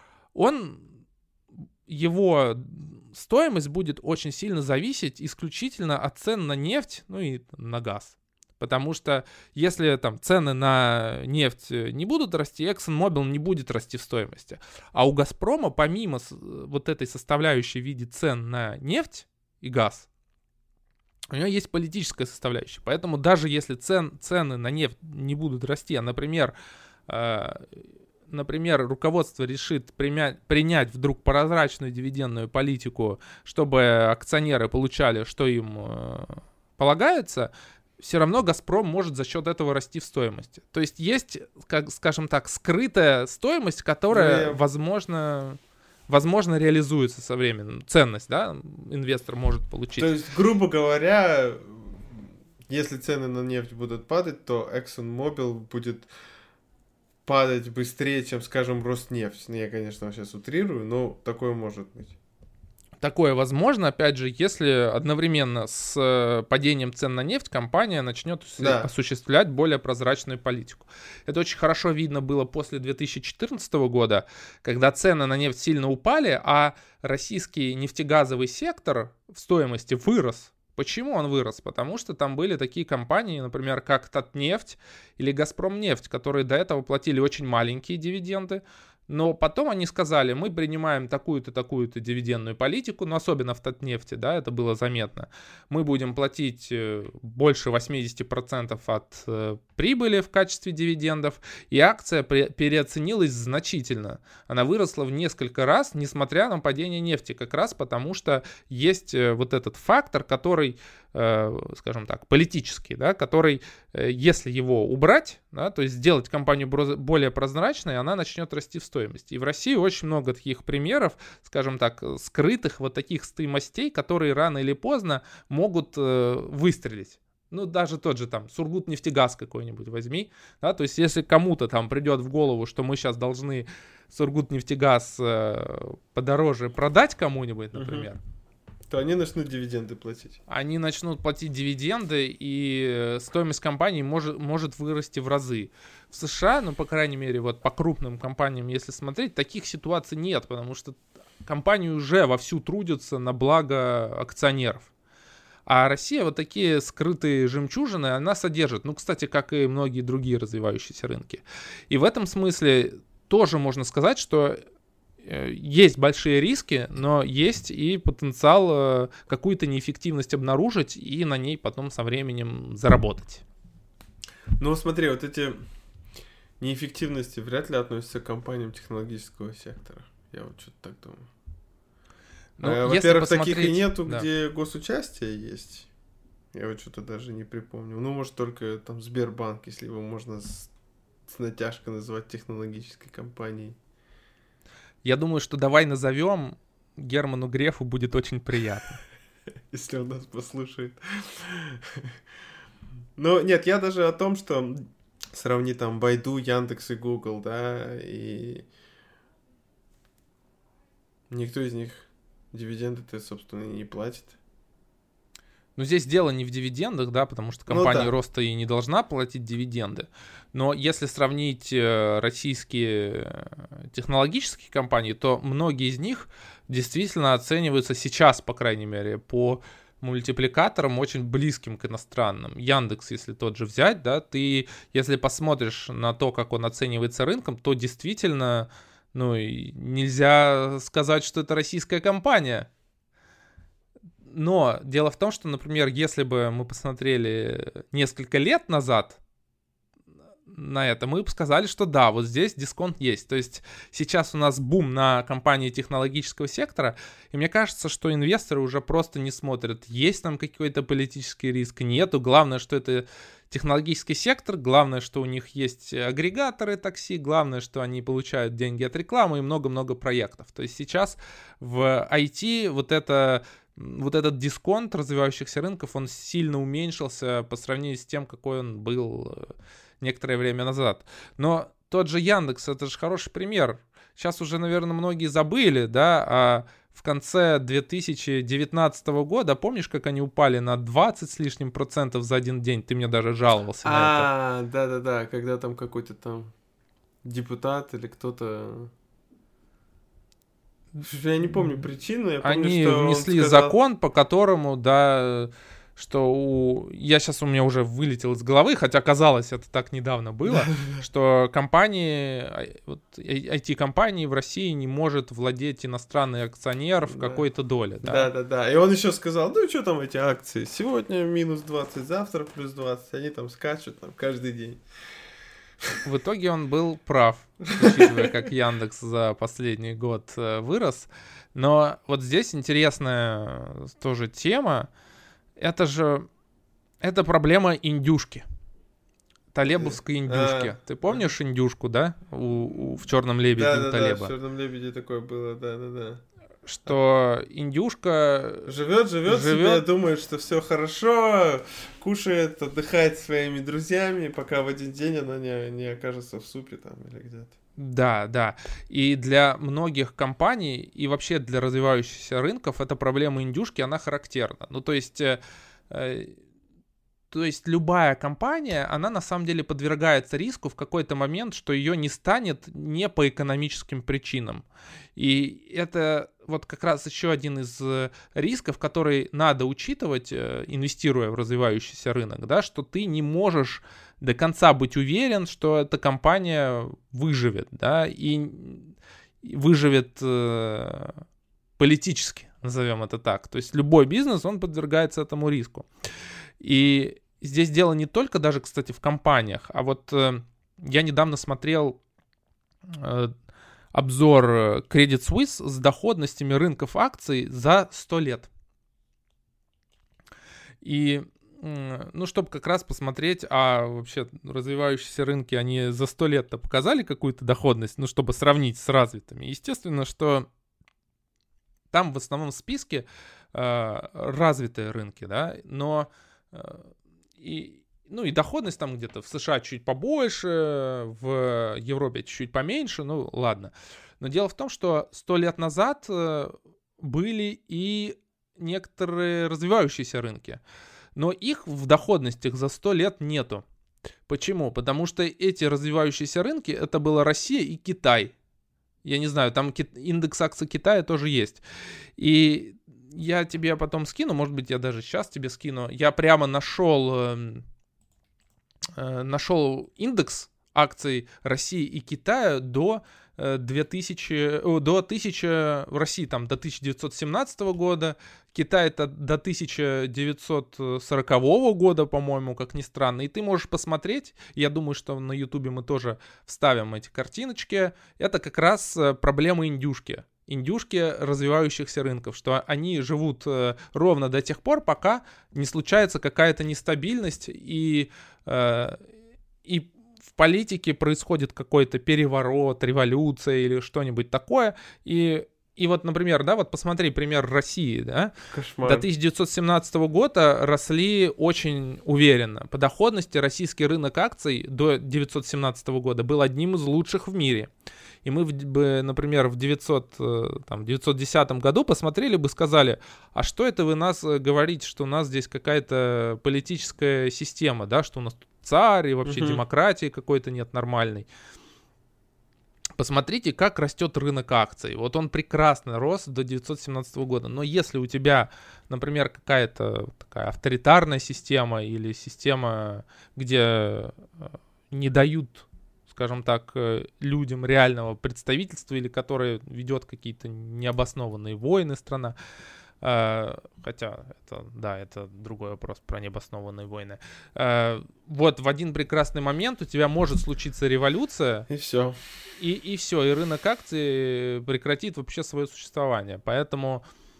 его стоимость будет очень сильно зависеть исключительно от цен на нефть, ну и на газ. Потому что если там цены на нефть не будут расти, ExxonMobil не будет расти в стоимости. А у «Газпрома» помимо вот этой составляющей в виде цен на нефть и газ, у него есть политическая составляющая. Поэтому даже если цены на нефть не будут расти, а, например, руководство решит принять вдруг прозрачную дивидендную политику, чтобы акционеры получали, что им полагается, все равно «Газпром» может за счет этого расти в стоимости. То есть есть, скажем так, скрытая стоимость, которая, возможно, реализуется со временем. Ценность, да, инвестор может получить. То есть, грубо говоря, если цены на нефть будут падать, то ExxonMobil будет падать быстрее, чем, скажем, Роснефть. Ну, я, конечно, сейчас утрирую, но такое может быть. Такое возможно, опять же, если одновременно с падением цен на нефть компания начнет осуществлять более прозрачную политику. Это очень хорошо видно было после 2014 года, когда цены на нефть сильно упали, а российский нефтегазовый сектор в стоимости вырос. Почему он вырос? Потому что там были такие компании, например, как Татнефть или Газпромнефть, которые до этого платили очень маленькие дивиденды. Но потом они сказали, мы принимаем такую-то, такую-то дивидендную политику, но особенно в Татнефти, да, это было заметно. Мы будем платить больше 80% от прибыли в качестве дивидендов, и акция переоценилась значительно. Она выросла в несколько раз, несмотря на падение нефти, как раз потому что есть вот этот фактор, который, скажем так, политический, да, который, если его убрать, да, то есть сделать компанию более прозрачной, она начнет расти в стоимости. И в России очень много таких примеров, скажем так, скрытых вот таких стоимостей, которые рано или поздно могут выстрелить. Ну, даже тот же там Сургутнефтегаз какой-нибудь возьми, да, то есть если кому-то там придет в голову, что мы сейчас должны Сургутнефтегаз подороже продать кому-нибудь, например, то они начнут дивиденды платить. Они начнут платить дивиденды, и стоимость компании может вырасти в разы. В США, ну, по крайней мере, вот по крупным компаниям, если смотреть, таких ситуаций нет, потому что компании уже вовсю трудятся на благо акционеров. А Россия вот такие скрытые жемчужины, она содержит. Ну, кстати, как и многие другие развивающиеся рынки. И в этом смысле тоже можно сказать, что есть большие риски, но есть и потенциал какую-то неэффективность обнаружить и на ней потом со временем заработать. Ну, смотри, вот эти неэффективности вряд ли относятся к компаниям технологического сектора. Я вот что-то так думаю. Ну, во-первых, таких и нету, да, где госучастие есть. Я вот что-то даже не припомню. Ну, может, только там Сбербанк, если его можно с натяжкой называть технологической компанией. Я думаю, что давай назовем, Герману Грефу будет очень приятно. Если он нас послушает. Ну, нет, я даже о том, что сравни там Байду, Яндекс и Google, да, и никто из них дивиденды-то, собственно, не платит. Но здесь дело не в дивидендах, да, потому что компания роста и не должна платить дивиденды. Но если сравнить российские технологические компании, то многие из них действительно оцениваются сейчас, по крайней мере, по мультипликаторам очень близким к иностранным. Яндекс, если тот же взять, да, ты, если посмотришь на то, как он оценивается рынком, то действительно, Ну и нельзя сказать, что это российская компания. Но дело в том, что, например, если бы мы посмотрели несколько лет назад на это, мы бы сказали, что да, вот здесь дисконт есть. То есть сейчас у нас бум на компании технологического сектора, и мне кажется, что инвесторы уже просто не смотрят, есть там какой-то политический риск, нету. Главное, что это технологический сектор, главное, что у них есть агрегаторы такси, главное, что они получают деньги от рекламы и много-много проектов. То есть сейчас в IT вот этот дисконт развивающихся рынков, он сильно уменьшился по сравнению с тем, какой он был некоторое время назад. Но тот же Яндекс, это же хороший пример. Сейчас уже, наверное, многие забыли, да, а в конце 2019 года, помнишь, как они упали на 20 с лишним процентов за один день? Ты мне даже жаловался на это. Да-да-да, когда там какой-то там депутат или кто-то... Я не помню причину, я помню, они что внесли он сказал... закон, по которому, да, что у меня уже вылетел из головы, хотя казалось, это так недавно было, что IT-компании в России не может владеть иностранный акционер в какой-то доле. Да. И он еще сказал, ну что там эти акции, сегодня минус 20, завтра плюс 20, они там скачут там каждый день. В итоге он был прав, учитывая, как Яндекс за последний год вырос. Но вот здесь интересная тоже тема. Это проблема индюшки. Талебовской индюшки. Ты помнишь индюшку, да? В «Черном лебеде» у Талеба. Да, в «Черном лебеде» такое было, да. Что индюшка живет себе, думает, что все хорошо, кушает, отдыхает со своими друзьями, пока в один день она не окажется в супе там или где-то. Да. И для многих компаний и вообще для развивающихся рынков эта проблема индюшки, она характерна. Ну, то есть любая компания, она на самом деле подвергается риску в какой-то момент, что ее не станет не по экономическим причинам. И это вот как раз еще один из рисков, который надо учитывать, инвестируя в развивающийся рынок, да, что ты не можешь до конца быть уверен, что эта компания выживет, да, и выживет политически, назовем это так. То есть любой бизнес, он подвергается этому риску. И здесь дело не только даже, кстати, в компаниях, а вот я недавно смотрел обзор Credit Suisse с доходностями рынков акций за 100 лет. И, ну, чтобы как раз посмотреть, а вообще развивающиеся рынки, они за 100 лет-то показали какую-то доходность, ну, чтобы сравнить с развитыми. Естественно, что там в основном в списке развитые рынки, да, но и доходность там где-то в США чуть побольше, в Европе чуть-чуть поменьше, ну ладно. Но дело в том, что 100 лет назад были и некоторые развивающиеся рынки, но их в доходностях за 100 лет нету. Почему? Потому что эти развивающиеся рынки, это была Россия и Китай. Я не знаю, там индекс акций Китая тоже есть. И я тебе потом скину, может быть, я даже сейчас тебе скину. Я прямо нашел индекс акций России и Китая до 1000 в России там до 1917 года, Китай это до 1940 года, по-моему, как ни странно. И ты можешь посмотреть, я думаю, что на Ютубе мы тоже вставим эти картиночки. Это как раз проблема индюшки развивающихся рынков, что они живут ровно до тех пор, пока не случается какая-то нестабильность и в политике происходит какой-то переворот, революция или что-нибудь такое. И вот, например, да, вот посмотри пример России, да. Кошмар. До 1917 года росли очень уверенно. По доходности российский рынок акций до 1917 года был одним из лучших в мире. И мы бы, например, в 910 году посмотрели бы, сказали, а что это вы нас говорите, что у нас здесь какая-то политическая система, да, что у нас тут царь и вообще демократии какой-то нет нормальной. Посмотрите, как растет рынок акций. Вот он прекрасно рос до 1917 года. Но если у тебя, например, какая-то такая авторитарная система или система, где не дают, скажем так, людям реального представительства или которое ведет какие-то необоснованные войны страна. Хотя это другой вопрос про необоснованные войны. Вот в один прекрасный момент у тебя может случиться революция. И все. И все, и рынок акций прекратит вообще свое существование. Поэтому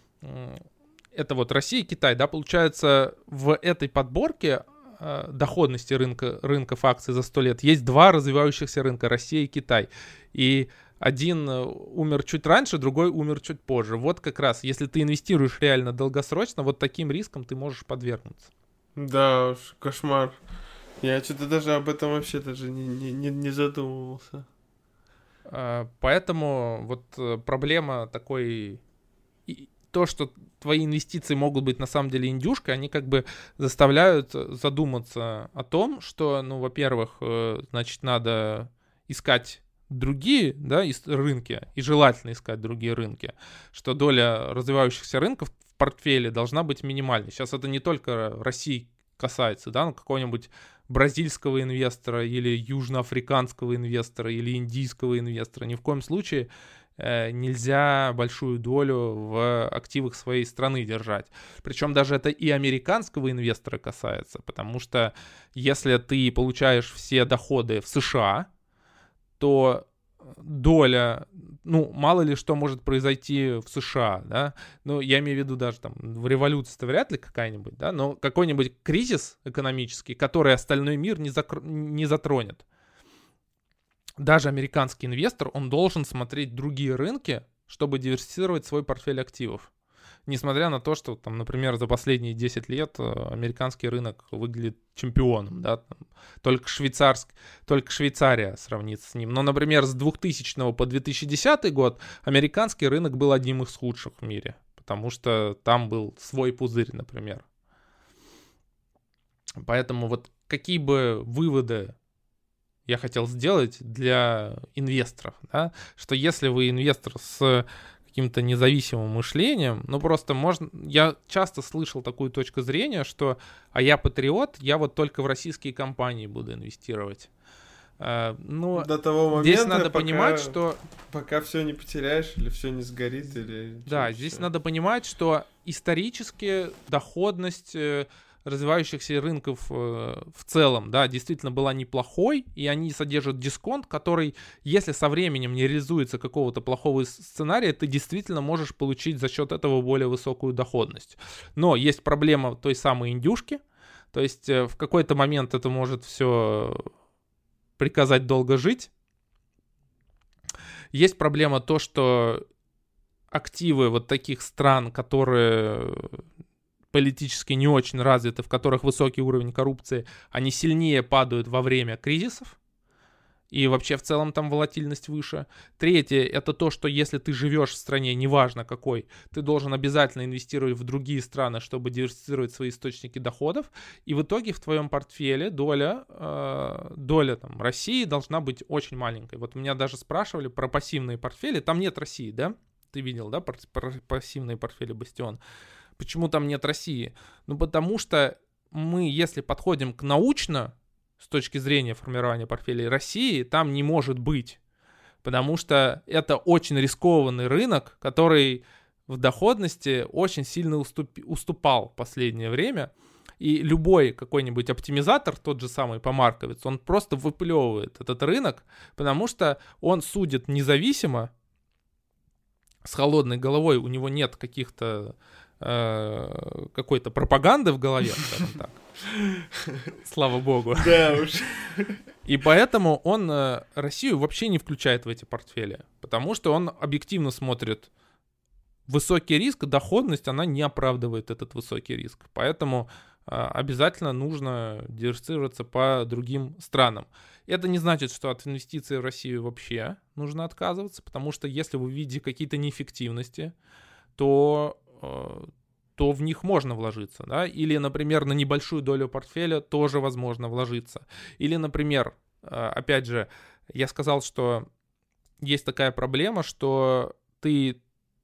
это вот Россия и Китай, да, получается, в этой подборке доходности рынков акций за 100 лет есть два развивающихся рынка, Россия и Китай. И один умер чуть раньше, другой умер чуть позже. Вот как раз, если ты инвестируешь реально долгосрочно, вот таким риском ты можешь подвергнуться. Да уж, кошмар. Я что-то даже об этом вообще даже не задумывался. Поэтому вот проблема такой... То, что твои инвестиции могут быть на самом деле индюшкой, они как бы заставляют задуматься о том, что, ну, во-первых, значит, надо искать другие, да, рынки, и желательно искать другие рынки, что доля развивающихся рынков в портфеле должна быть минимальной. Сейчас это не только России касается, да, ну, какого-нибудь бразильского инвестора или южноафриканского инвестора или индийского инвестора. Ни в коем случае нельзя большую долю в активах своей страны держать. Причем даже это и американского инвестора касается, потому что если ты получаешь все доходы в США, то доля, ну, мало ли что может произойти в США, да, ну, я имею в виду даже там в революции-то вряд ли какая-нибудь, да, но какой-нибудь кризис экономический, который остальной мир не затронет. Даже американский инвестор, он должен смотреть другие рынки, чтобы диверсифицировать свой портфель активов. Несмотря на то, что, там, например, за последние 10 лет американский рынок выглядит чемпионом, да, только Швейцария сравнится с ним. Но, например, с 2000 по 2010 год американский рынок был одним из худших в мире, потому что там был свой пузырь, например. Поэтому вот какие бы выводы я хотел сделать для инвесторов, да, что если вы инвестор с каким-то независимым мышлением, ну просто можно... Я часто слышал такую точку зрения, что «а я патриот, я вот только в российские компании буду инвестировать». Но до того момента, здесь надо понимать, что... Пока все не потеряешь, или все не сгорит, или... Да, здесь надо понимать, что исторически доходность развивающихся рынков в целом, да, действительно была неплохой, и они содержат дисконт, который, если со временем не реализуется какого-то плохого сценария, ты действительно можешь получить за счет этого более высокую доходность. Но есть проблема той самой индюшки, то есть в какой-то момент это может все приказать долго жить. Есть проблема то, что активы вот таких стран, которые политически не очень развиты, в которых высокий уровень коррупции, они сильнее падают во время кризисов, и вообще в целом там волатильность выше. Третье, это то, что если ты живешь в стране, неважно какой, ты должен обязательно инвестировать в другие страны, чтобы диверсифицировать свои источники доходов, и в итоге в твоем портфеле доля там, России должна быть очень маленькой. Вот меня даже спрашивали про пассивные портфели, там нет России, да? Ты видел, да, про пассивные портфели Бастион? Почему там нет России? Ну, потому что мы, если подходим к научно, с точки зрения формирования портфелей России, там не может быть. Потому что это очень рискованный рынок, который в доходности очень сильно уступал в последнее время. И любой какой-нибудь оптимизатор, тот же самый Помарковец, он просто выплевывает этот рынок, потому что он судит независимо, с холодной головой, у него нет каких-то какой-то пропаганды в голове, скажем так. Слава богу. Да уж. И поэтому он Россию вообще не включает в эти портфели, потому что он объективно смотрит высокий риск, доходность, она не оправдывает этот высокий риск. Поэтому обязательно нужно диверсифицироваться по другим странам. Это не значит, что от инвестиций в Россию вообще нужно отказываться, потому что если вы видите какие-то неэффективности, то в них можно вложиться, да, или, например, на небольшую долю портфеля тоже возможно вложиться. Или, например, опять же, я сказал, что есть такая проблема, что ты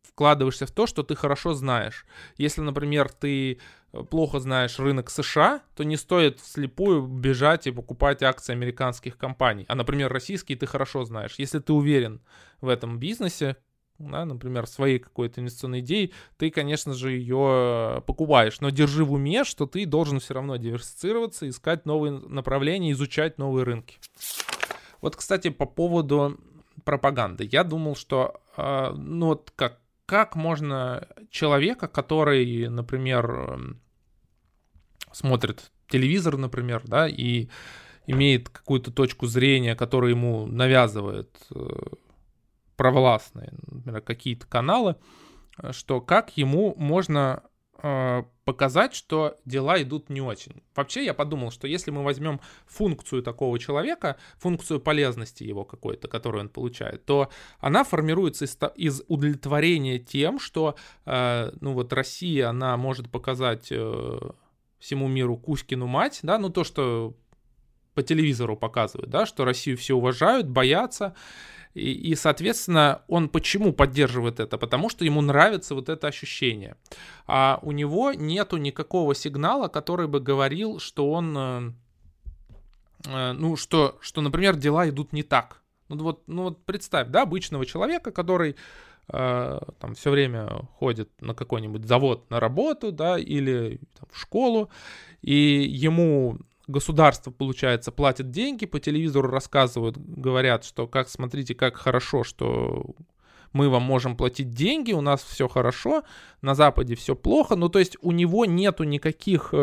вкладываешься в то, что ты хорошо знаешь. Если, например, ты плохо знаешь рынок США, то не стоит вслепую бежать и покупать акции американских компаний. А, например, российские ты хорошо знаешь. Если ты уверен в этом бизнесе, да, например, в своей какой-то инвестиционной идее, ты, конечно же, ее покупаешь. Но держи в уме, что ты должен все равно диверсифицироваться, искать новые направления, изучать новые рынки. Вот, кстати, по поводу пропаганды. Я думал, что, ну вот как можно человека, который, например, смотрит телевизор, например, да, и имеет какую-то точку зрения, которую ему навязывает провластные, например, какие-то каналы, что как ему можно показать, что дела идут не очень. Вообще я подумал, что если мы возьмем функцию такого человека, функцию полезности его какой-то, которую он получает, то она формируется из удовлетворения тем, что ну вот Россия, она может показать всему миру Кузькину мать, да, ну то, что по телевизору показывают, да, что Россию все уважают, боятся. И, соответственно, он почему поддерживает это? Потому что ему нравится вот это ощущение. А у него нету никакого сигнала, который бы говорил, что он, ну, что, например, дела идут не так. Ну вот представь, да, обычного человека, который там все время ходит на какой-нибудь завод на работу, да, или там, в школу, и ему государство, получается, платит деньги, по телевизору рассказывают, говорят, что как, смотрите, как хорошо, что мы вам можем платить деньги, у нас все хорошо, на Западе все плохо. Ну, то есть у него нету никаких,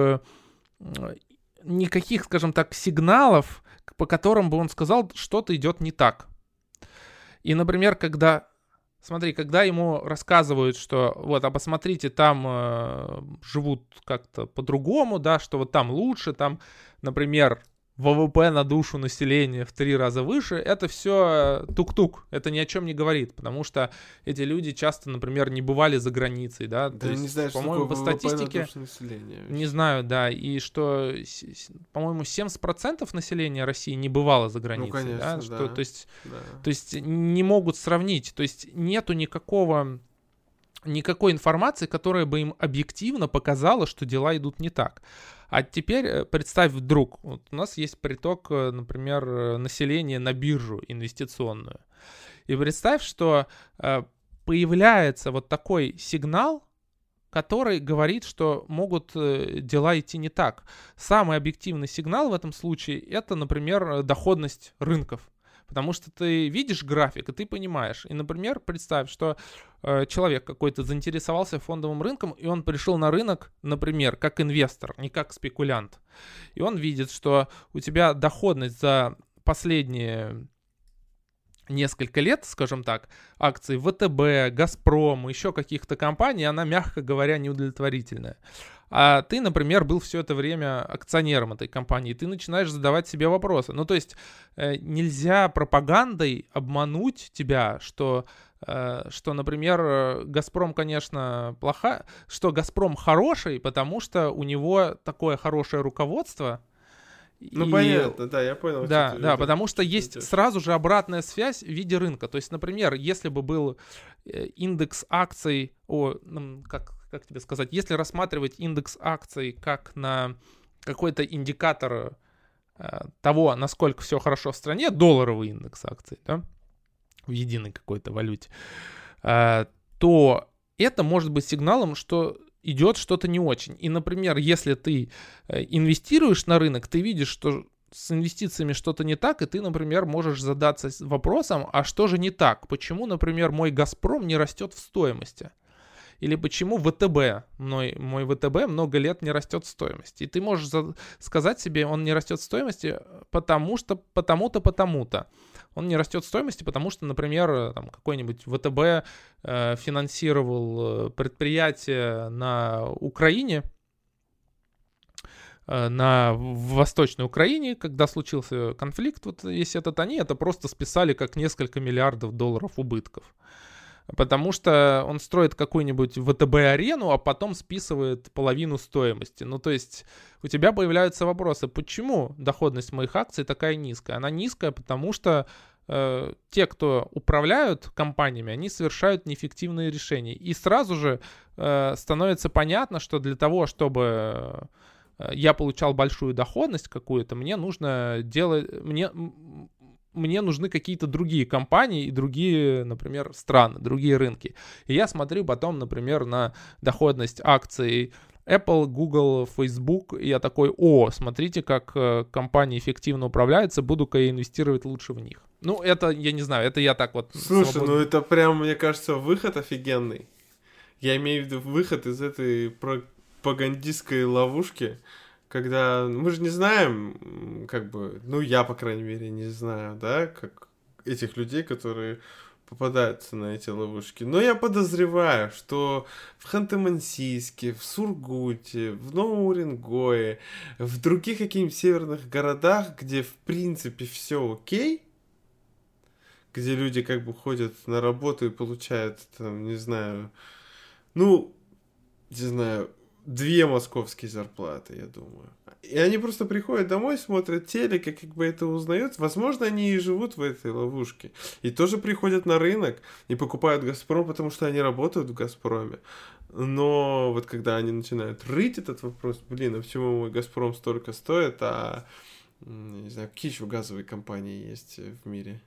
скажем так, сигналов, по которым бы он сказал, что-то идет не так. И, например, когда ему рассказывают, что вот, а посмотрите, там живут как-то по-другому, да, что вот там лучше, там, например, ВВП на душу населения в 3 раза выше, это все тук-тук, это ни о чем не говорит, потому что эти люди часто, например, не бывали за границей, да, Да, то есть, не знаю, что по-моему, по такое ВВП на статистике, душу населения. не знаю, да, и что, по-моему, 70% населения России не бывало за границей, ну, конечно, да, что, да. То есть не могут сравнить, то есть нету никакой информации, которая бы им объективно показала, что дела идут не так. А теперь представь вдруг, вот у нас есть приток, например, населения на биржу инвестиционную. И представь, что появляется вот такой сигнал, который говорит, что могут дела идти не так. Самый объективный сигнал в этом случае — это, например, доходность рынков. Потому что ты видишь график, и ты понимаешь. И, например, представь, что человек какой-то заинтересовался фондовым рынком, и он пришел на рынок, например, как инвестор, не как спекулянт. И он видит, что у тебя доходность за последние несколько лет, скажем так, акции ВТБ, Газпром, еще каких-то компаний, она, мягко говоря, неудовлетворительная. А ты, например, был все это время акционером этой компании, и ты начинаешь задавать себе вопросы. Ну, то есть нельзя пропагандой обмануть тебя, что, например, Газпром, конечно, что Газпром хороший, потому что у него такое хорошее руководство. Ну, понятно, да, я понял. Да, потому что есть сразу же обратная связь в виде рынка. То есть, например, если бы был индекс акций, как тебе сказать, если рассматривать индекс акций как на какой-то индикатор того, насколько все хорошо в стране, долларовый индекс акций, да, в единой какой-то валюте, то это может быть сигналом, что идет что-то не очень. И, например, если ты инвестируешь на рынок, ты видишь, что с инвестициями что-то не так, и ты, например, можешь задаться вопросом, а что же не так? Почему, например, мой «Газпром» не растет в стоимости? Или почему ВТБ, мой ВТБ много лет не растет в стоимости? И ты можешь сказать себе, он не растет в стоимости потому-то. Он не растет в стоимости, потому что, например, там, какой-нибудь ВТБ финансировал предприятие на Украине, в Восточной Украине, когда случился конфликт, вот весь этот, они это просто списали как несколько миллиардов долларов убытков. потому что он строит какую-нибудь ВТБ-арену, а потом списывает половину стоимости. Ну, то есть у тебя появляются вопросы, почему доходность моих акций такая низкая? Она низкая, потому что те, кто управляют компаниями, они совершают неэффективные решения. И сразу же становится понятно, что для того, чтобы я получал большую доходность какую-то, мне нужно делать... Мне нужны какие-то другие компании и другие, например, страны, другие рынки. И я смотрю потом, например, на доходность акций Apple, Google, Facebook, и я такой, смотрите, как компании эффективно управляются, буду-ка я инвестировать лучше в них. Ну, это, я не знаю, это я так вот... Слушай, свободно. Ну это прям, мне кажется, выход офигенный. Я имею в виду выход из этой пропагандистской ловушки, когда мы же не знаем, как бы, ну я, по крайней мере, не знаю, да, как этих людей, которые попадаются на эти ловушки. Но я подозреваю, что в Ханты-Мансийске, в Сургуте, в Новом Уренгое, в других каких-нибудь северных городах, где в принципе все окей, где люди как бы ходят на работу и получают, там, не знаю, 2 московские зарплаты, я думаю. И они просто приходят домой, смотрят телек, и как бы это узнают. Возможно, они и живут в этой ловушке. И тоже приходят на рынок и покупают «Газпром», потому что они работают в «Газпроме». Но вот когда они начинают рыть этот вопрос, а почему мой «Газпром» столько стоит, не знаю, какие еще газовые компании есть в мире?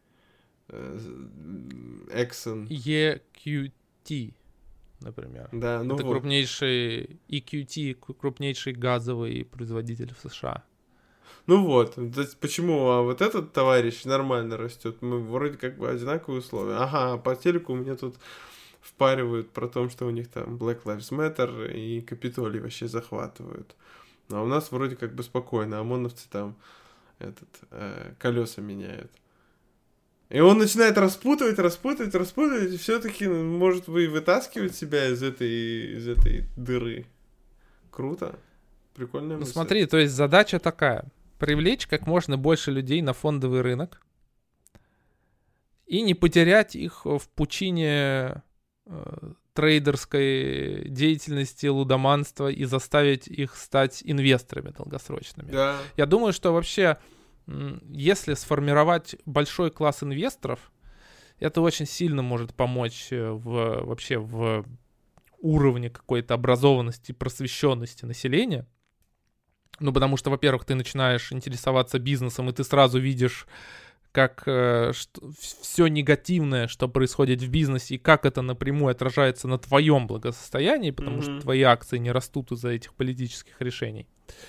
Exxon. EQT. Например. Да, это крупнейший EQT, крупнейший газовый производитель в США. Ну вот, почему вот этот товарищ нормально растет? Мы вроде как бы одинаковые условия. Ага, по телеку мне тут впаривают про то, что у них там Black Lives Matter и Капитолий вообще захватывают. А у нас вроде как бы спокойно, ОМОНовцы там колеса меняют. И он начинает распутывать, и все-таки может вытаскивать себя из этой дыры. Круто. Прикольная мысль. Ну смотри, то есть задача такая. Привлечь как можно больше людей на фондовый рынок и не потерять их в пучине трейдерской деятельности, лудоманства и заставить их стать инвесторами долгосрочными. Да. Я думаю, что вообще... Если сформировать большой класс инвесторов, это очень сильно может помочь вообще в уровне какой-то образованности, просвещенности населения. Ну, потому что, во-первых, ты начинаешь интересоваться бизнесом, и ты сразу видишь, как все негативное, что происходит в бизнесе, и как это напрямую отражается на твоем благосостоянии, потому что твои акции не растут из-за этих политических решений.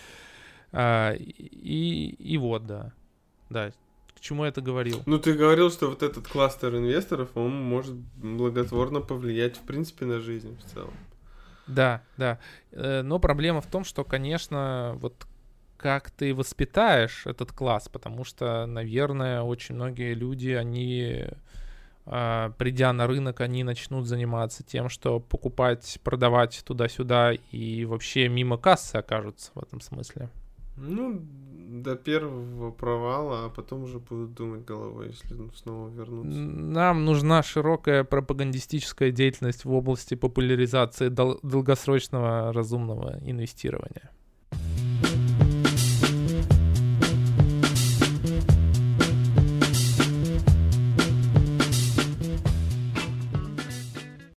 И вот, да. Да, к чему я это говорил? Ну, ты говорил, что вот этот кластер инвесторов, он может благотворно повлиять, в принципе, на жизнь в целом. Да. Но проблема в том, что, конечно, вот как ты воспитаешь этот класс, потому что, наверное, очень многие люди, они, придя на рынок, они начнут заниматься тем, что покупать, продавать туда-сюда и вообще мимо кассы окажутся в этом смысле. Ну, до первого провала, а потом уже будут думать головой, если снова вернуться. Нам нужна широкая пропагандистическая деятельность в области популяризации долгосрочного разумного инвестирования.